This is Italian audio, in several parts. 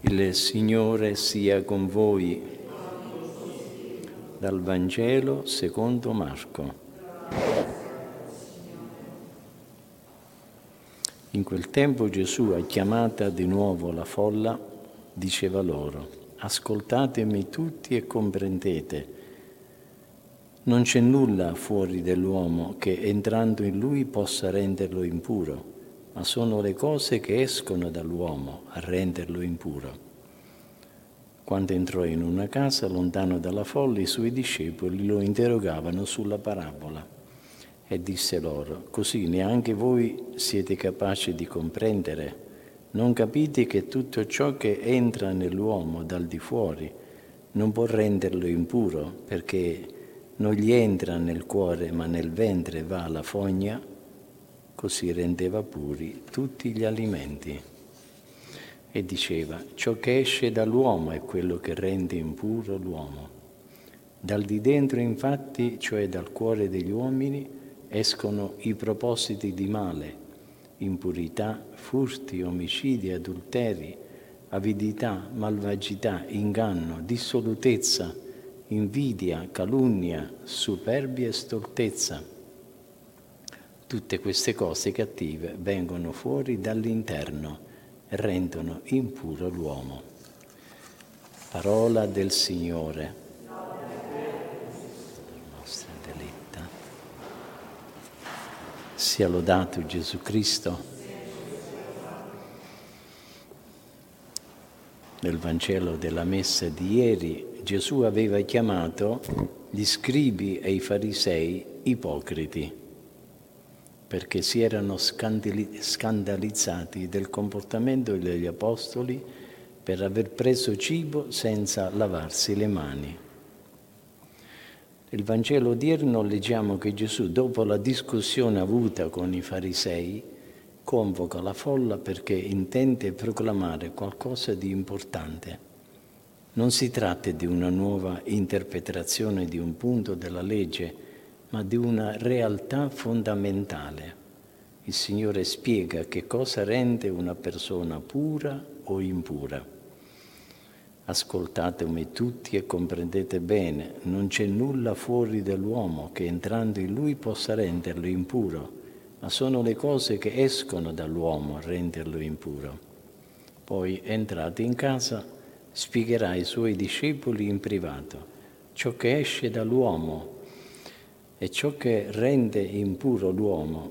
Il Signore sia con voi. Dal Vangelo secondo Marco. In quel tempo Gesù, chiamata di nuovo la folla, diceva loro: ascoltatemi tutti e comprendete. Non c'è nulla fuori dell'uomo che entrando in lui possa renderlo impuro, ma sono le cose che escono dall'uomo a renderlo impuro. Quando entrò in una casa, lontano dalla folla, i suoi discepoli lo interrogavano sulla parabola e disse loro: così neanche voi siete capaci di comprendere? Non capite che tutto ciò che entra nell'uomo dal di fuori non può renderlo impuro, perché non gli entra nel cuore ma nel ventre va alla fogna? Così rendeva puri tutti gli alimenti. E diceva: ciò che esce dall'uomo è quello che rende impuro l'uomo. Dal di dentro, infatti, cioè dal cuore degli uomini, escono i propositi di male, impurità, furti, omicidi, adulteri, avidità, malvagità, inganno, dissolutezza, invidia, calunnia, superbia e stoltezza. Tutte queste cose cattive vengono fuori dall'interno e rendono impuro l'uomo. Parola del Signore. La nostra deletta. Sia lodato Gesù Cristo. Nel Vangelo della Messa di ieri Gesù aveva chiamato gli scribi e i farisei ipocriti, perché si erano scandalizzati del comportamento degli apostoli per aver preso cibo senza lavarsi le mani. Nel Vangelo odierno leggiamo che Gesù, dopo la discussione avuta con i farisei, convoca la folla perché intende proclamare qualcosa di importante. Non si tratta di una nuova interpretazione di un punto della legge, ma di una realtà fondamentale. Il Signore spiega che cosa rende una persona pura o impura. Ascoltatemi tutti e comprendete bene, non c'è nulla fuori dell'uomo che entrando in lui possa renderlo impuro, ma sono le cose che escono dall'uomo a renderlo impuro. Poi, entrati in casa, spiegherà ai suoi discepoli in privato: ciò che esce dall'uomo e ciò che rende impuro l'uomo.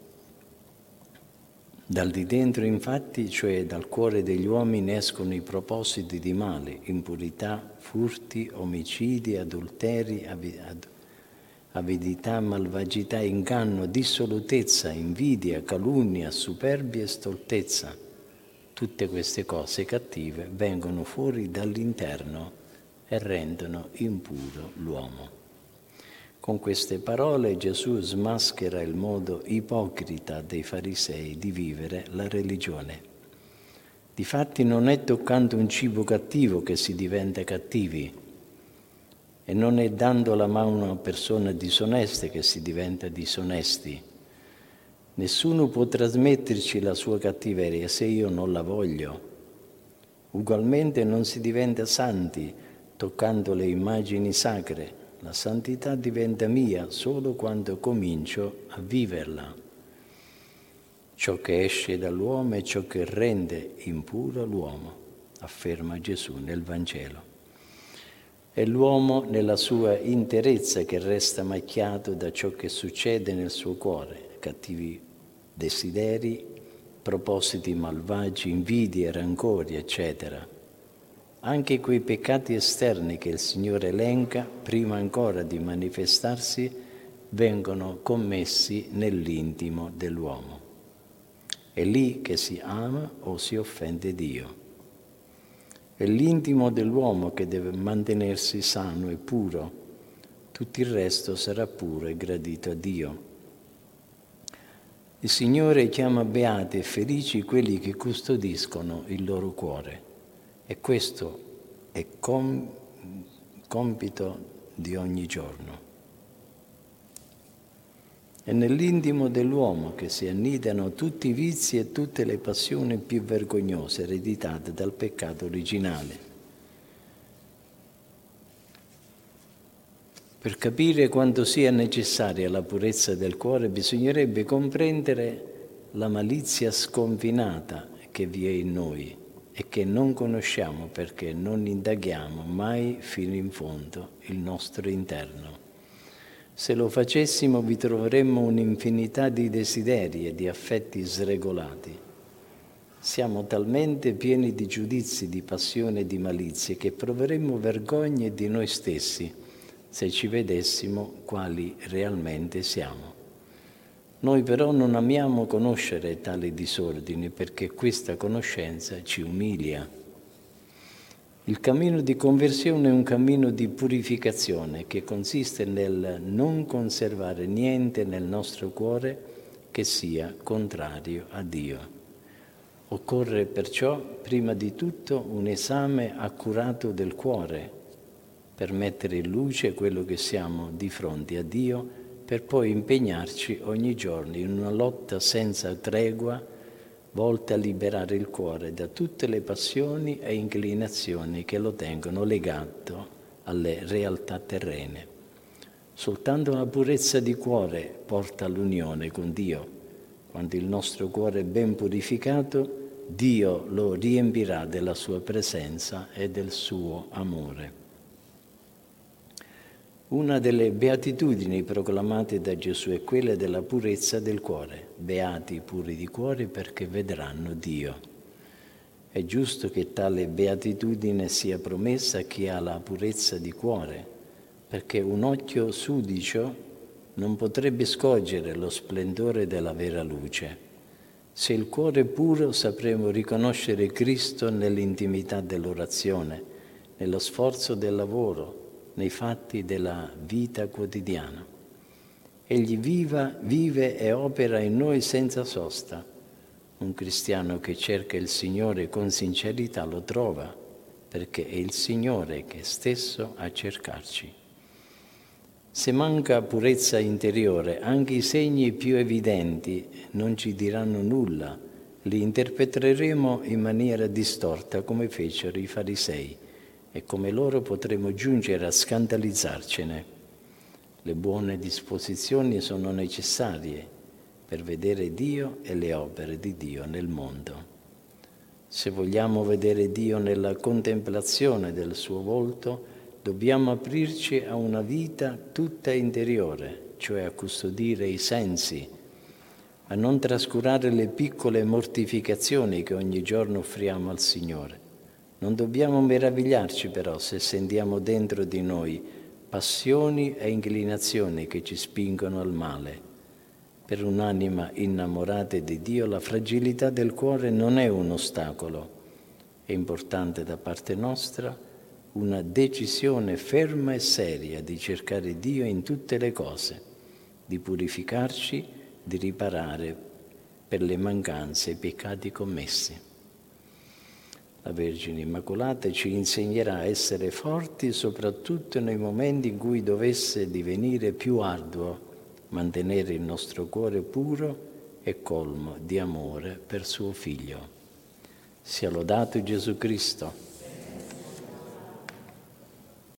Dal di dentro, infatti, cioè dal cuore degli uomini, escono i propositi di male, impurità, furti, omicidi, adulteri, avidità, malvagità, inganno, dissolutezza, invidia, calunnia, superbia e stoltezza. Tutte queste cose cattive vengono fuori dall'interno e rendono impuro l'uomo. Con queste parole Gesù smaschera il modo ipocrita dei farisei di vivere la religione. Difatti non è toccando un cibo cattivo che si diventa cattivi, e non è dando la mano a persone disoneste che si diventa disonesti. Nessuno può trasmetterci la sua cattiveria se io non la voglio. Ugualmente non si diventa santi toccando le immagini sacre. La santità diventa mia solo quando comincio a viverla. Ciò che esce dall'uomo è ciò che rende impuro l'uomo, afferma Gesù nel Vangelo. È l'uomo nella sua interezza che resta macchiato da ciò che succede nel suo cuore, cattivi desideri, propositi malvagi, invidie, rancori, eccetera. Anche quei peccati esterni che il Signore elenca, prima ancora di manifestarsi, vengono commessi nell'intimo dell'uomo. È lì che si ama o si offende Dio. È l'intimo dell'uomo che deve mantenersi sano e puro. Tutto il resto sarà puro e gradito a Dio. Il Signore chiama beati e felici quelli che custodiscono il loro cuore. E questo è compito di ogni giorno. È nell'intimo dell'uomo che si annidano tutti i vizi e tutte le passioni più vergognose ereditate dal peccato originale. Per capire quanto sia necessaria la purezza del cuore bisognerebbe comprendere la malizia sconfinata che vi è in noi e che non conosciamo perché non indaghiamo mai fino in fondo il nostro interno. Se lo facessimo vi troveremmo un'infinità di desideri e di affetti sregolati. Siamo talmente pieni di giudizi, di passione e di malizie che proveremmo vergogna di noi stessi se ci vedessimo quali realmente siamo. Noi però non amiamo conoscere tali disordini perché questa conoscenza ci umilia. Il cammino di conversione è un cammino di purificazione che consiste nel non conservare niente nel nostro cuore che sia contrario a Dio. Occorre perciò prima di tutto un esame accurato del cuore per mettere in luce quello che siamo di fronte a Dio, per poi impegnarci ogni giorno in una lotta senza tregua volta a liberare il cuore da tutte le passioni e inclinazioni che lo tengono legato alle realtà terrene. Soltanto la purezza di cuore porta all'unione con Dio. Quando il nostro cuore è ben purificato, Dio lo riempirà della sua presenza e del suo amore. Una delle beatitudini proclamate da Gesù è quella della purezza del cuore. Beati i puri di cuore perché vedranno Dio. È giusto che tale beatitudine sia promessa a chi ha la purezza di cuore, perché un occhio sudicio non potrebbe scorgere lo splendore della vera luce. Se il cuore è puro sapremo riconoscere Cristo nell'intimità dell'orazione, nello sforzo del lavoro, nei fatti della vita quotidiana. Egli vive e opera in noi senza sosta. Un cristiano che cerca il Signore con sincerità lo trova, perché è il Signore che è stesso a cercarci. Se manca purezza interiore, anche i segni più evidenti non ci diranno nulla, li interpreteremo in maniera distorta come fecero i farisei, e come loro potremo giungere a scandalizzarcene. Le buone disposizioni sono necessarie per vedere Dio e le opere di Dio nel mondo. Se vogliamo vedere Dio nella contemplazione del suo volto, dobbiamo aprirci a una vita tutta interiore, cioè a custodire i sensi, a non trascurare le piccole mortificazioni che ogni giorno offriamo al Signore. Non dobbiamo meravigliarci però se sentiamo dentro di noi passioni e inclinazioni che ci spingono al male. Per un'anima innamorata di Dio la fragilità del cuore non è un ostacolo. È importante da parte nostra una decisione ferma e seria di cercare Dio in tutte le cose, di purificarci, di riparare per le mancanze e i peccati commessi. La Vergine Immacolata ci insegnerà a essere forti soprattutto nei momenti in cui dovesse divenire più arduo mantenere il nostro cuore puro e colmo di amore per suo Figlio. Sia lodato Gesù Cristo.